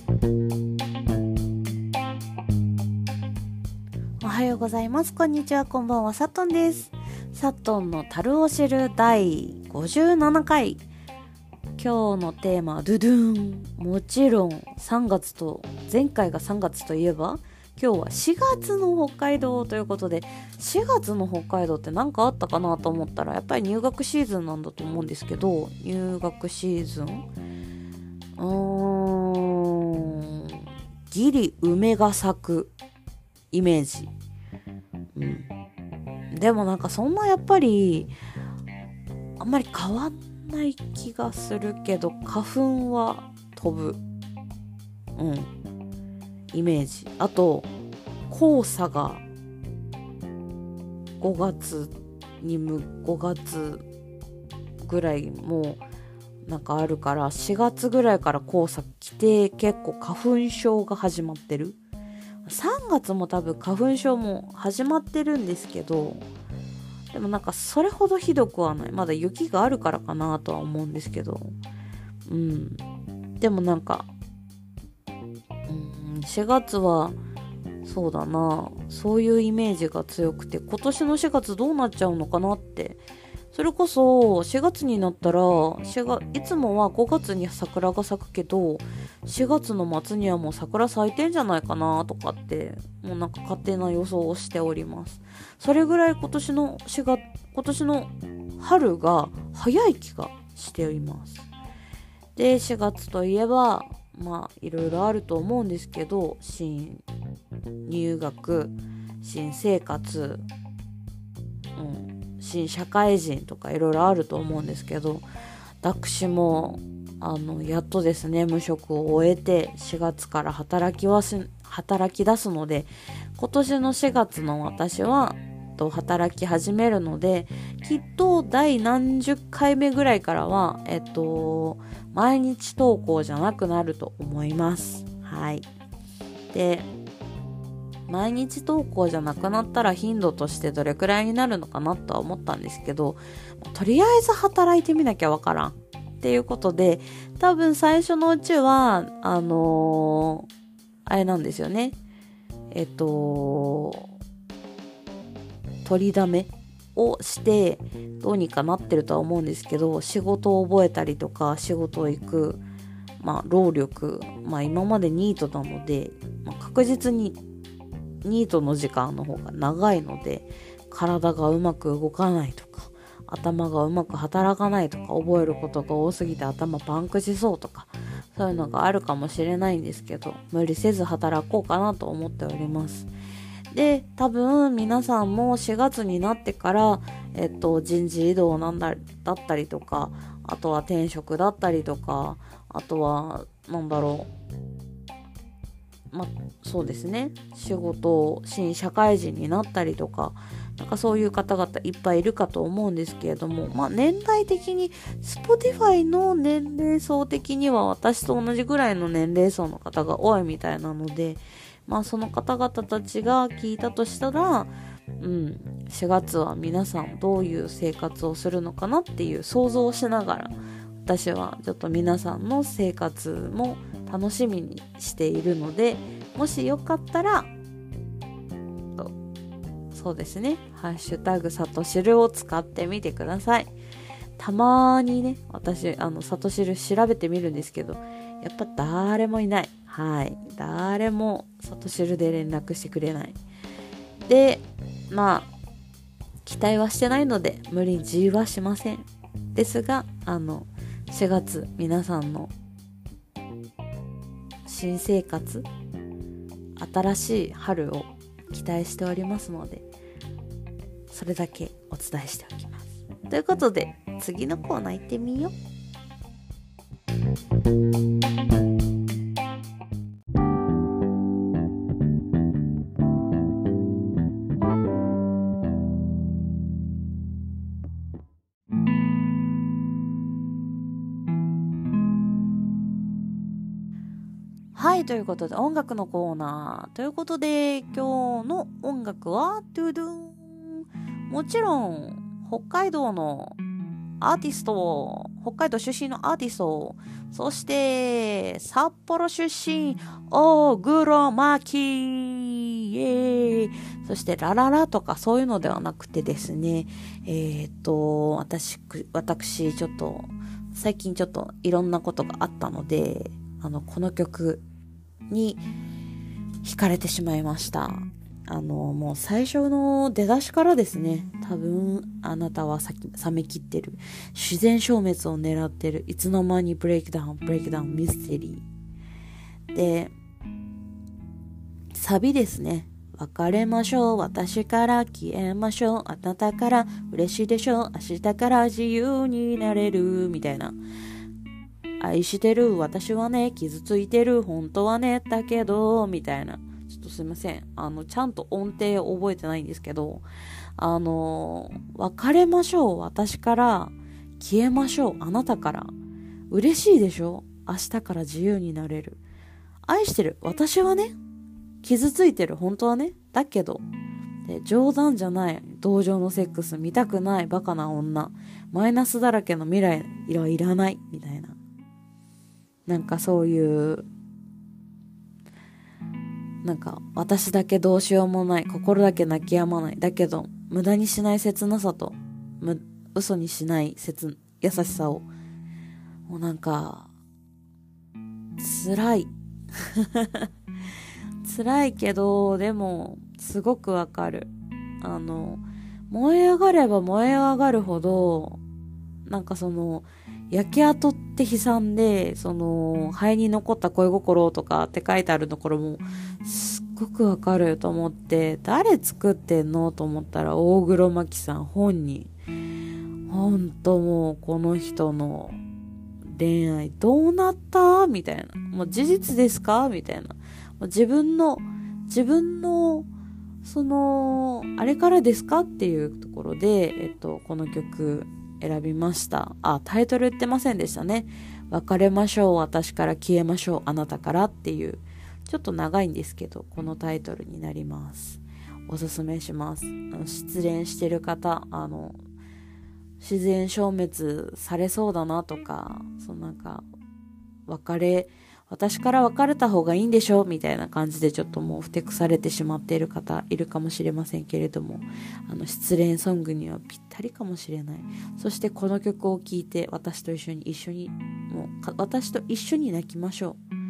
おはようございます。こんにちは、こんばんは。さっとんです。さっとんの樽を知る第57回。今日のテーマはドゥドゥン。もちろん3月と、前回が3月といえば、今日は4月の北海道ということで、4月の北海道って何かあったかなと思ったら、やっぱり入学シーズンなんだと思うんですけど、入学シーズンギリ梅が咲くイメージ。でもなんかそんなやっぱりあんまり変わんない気がするけど、花粉は飛ぶイメージ。あと黄砂が5月ぐらいもうなんかあるから、4月ぐらいから黄砂来て結構花粉症が始まってる。3月も多分花粉症も始まってるんですけど、でもなんかそれほどひどくはない。まだ雪があるからかなとは思うんですけど、でもなんか4月はそうだな、そういうイメージが強くて、今年の4月どうなっちゃうのかなって。それこそ4月になったら、いつもは5月に桜が咲くけど、4月の末にはもう桜咲いてんじゃないかなとかって、もうなんか勝手な予想をしております。それぐらい今年の春が早い気がしております。で、4月といえばまあいろいろあると思うんですけど、新入学、新生活、新社会人とかいろいろあると思うんですけど、私もやっとですね、無職を終えて4月から働き出すので、今年の4月の私は働き始めるので、きっと第何十回目ぐらいからは毎日投稿じゃなくなると思います。はい。で、毎日投稿じゃなくなったら頻度としてどれくらいになるのかなとは思ったんですけど、とりあえず働いてみなきゃわからんっていうことで、多分最初のうちはあれなんですよね、取りだめをしてどうにかなってるとは思うんですけど、仕事を覚えたりとか仕事を行く労力、今までニートなので、確実にニートの時間の方が長いので、体がうまく動かないとか、頭がうまく働かないとか、覚えることが多すぎて頭パンクしそうとか、そういうのがあるかもしれないんですけど、無理せず働こうかなと思っております。で、多分皆さんも4月になってから、人事異動だったりとか、あとは転職だったりとか、あとはそうですね、新社会人になったりとか、なんかそういう方々いっぱいいるかと思うんですけれども、年代的に Spotify の年齢層的には私と同じぐらいの年齢層の方が多いみたいなので、その方々たちが聞いたとしたら、4月は皆さんどういう生活をするのかなっていう想像をしながら、私はちょっと皆さんの生活も楽しみにしているので、もしよかったらそうですね、ハッシュタグさとしるを使ってみてください。たまにね、私さとしる調べてみるんですけど、やっぱ誰もいない。はい、誰もさとしるで連絡してくれない。で、期待はしてないので無理強いはしません。ですが4月皆さんの新生活、新しい春を期待しておりますので、それだけお伝えしておきます。ということで、次のコーナー行ってみよう。はい、ということで音楽のコーナーということで、今日の音楽はドゥドゥン、もちろん北海道のアーティスト、北海道出身のアーティスト、そして札幌出身、大黒摩季、イエーイ。そしてラララとかそういうのではなくてですね、私ちょっと最近ちょっといろんなことがあったので、この曲に惹かれてしまいました。もう最初の出だしからですね、多分あなたは冷めきってる、自然消滅を狙ってる、いつの間にブレイクダウンミステリーで、サビですね。別れましょう、私から消えましょう、あなたから嬉しいでしょう、明日から自由になれるみたいな、愛してる私はね、傷ついてる本当はね、だけどみたいな、ちょっとすいません、ちゃんと音程を覚えてないんですけど、別れましょう、私から消えましょう、あなたから嬉しいでしょ、明日から自由になれる、愛してる私はね、傷ついてる本当はね、だけど、で冗談じゃない、同情のセックス見たくない、バカな女、マイナスだらけの未来はいらないみたいな、なんかそういうなんか私だけどうしようもない、心だけ泣き止まない、だけど無駄にしない切なさと嘘にしない優しさを、もうなんか辛い辛いけど、でもすごくわかる。燃え上がれば燃え上がるほど、なんかその焼け跡って悲惨で、その灰に残った恋心とかって書いてあるところもすっごくわかると思って、誰作ってんのと思ったら大黒摩季さん本人。ほんともうこの人の恋愛どうなったみたいな、もう事実ですかみたいな、もう自分のそのあれからですかっていうところで、この曲選びました。タイトル言ってませんでしたね。別れましょう、私から消えましょう、あなたからっていう、ちょっと長いんですけど、このタイトルになります。おすすめします。失恋してる方、自然消滅されそうだなとか、なんか私から別れた方がいいんでしょみたいな感じでちょっともうふてくされてしまっている方いるかもしれませんけれども、失恋ソングにはぴったりかもしれない。そしてこの曲を聴いて私と一緒に泣きましょう。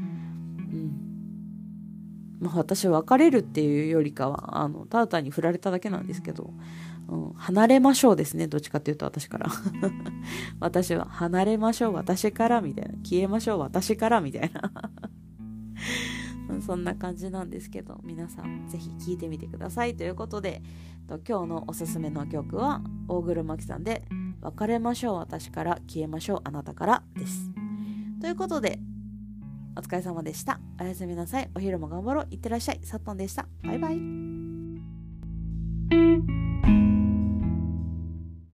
私は別れるっていうよりかはただ単に振られただけなんですけど、離れましょうですね、どっちかっていうと私から私は離れましょう私からみたいな、消えましょう私からみたいなそんな感じなんですけど、皆さんぜひ聴いてみてくださいということで、今日のおすすめの曲は大黒摩季さんで別れましょう私から消えましょうあなたからです。ということでお疲れ様でした。おやすみなさい。お昼も頑張ろう。いってらっしゃい。さっとんでした。バイバイ。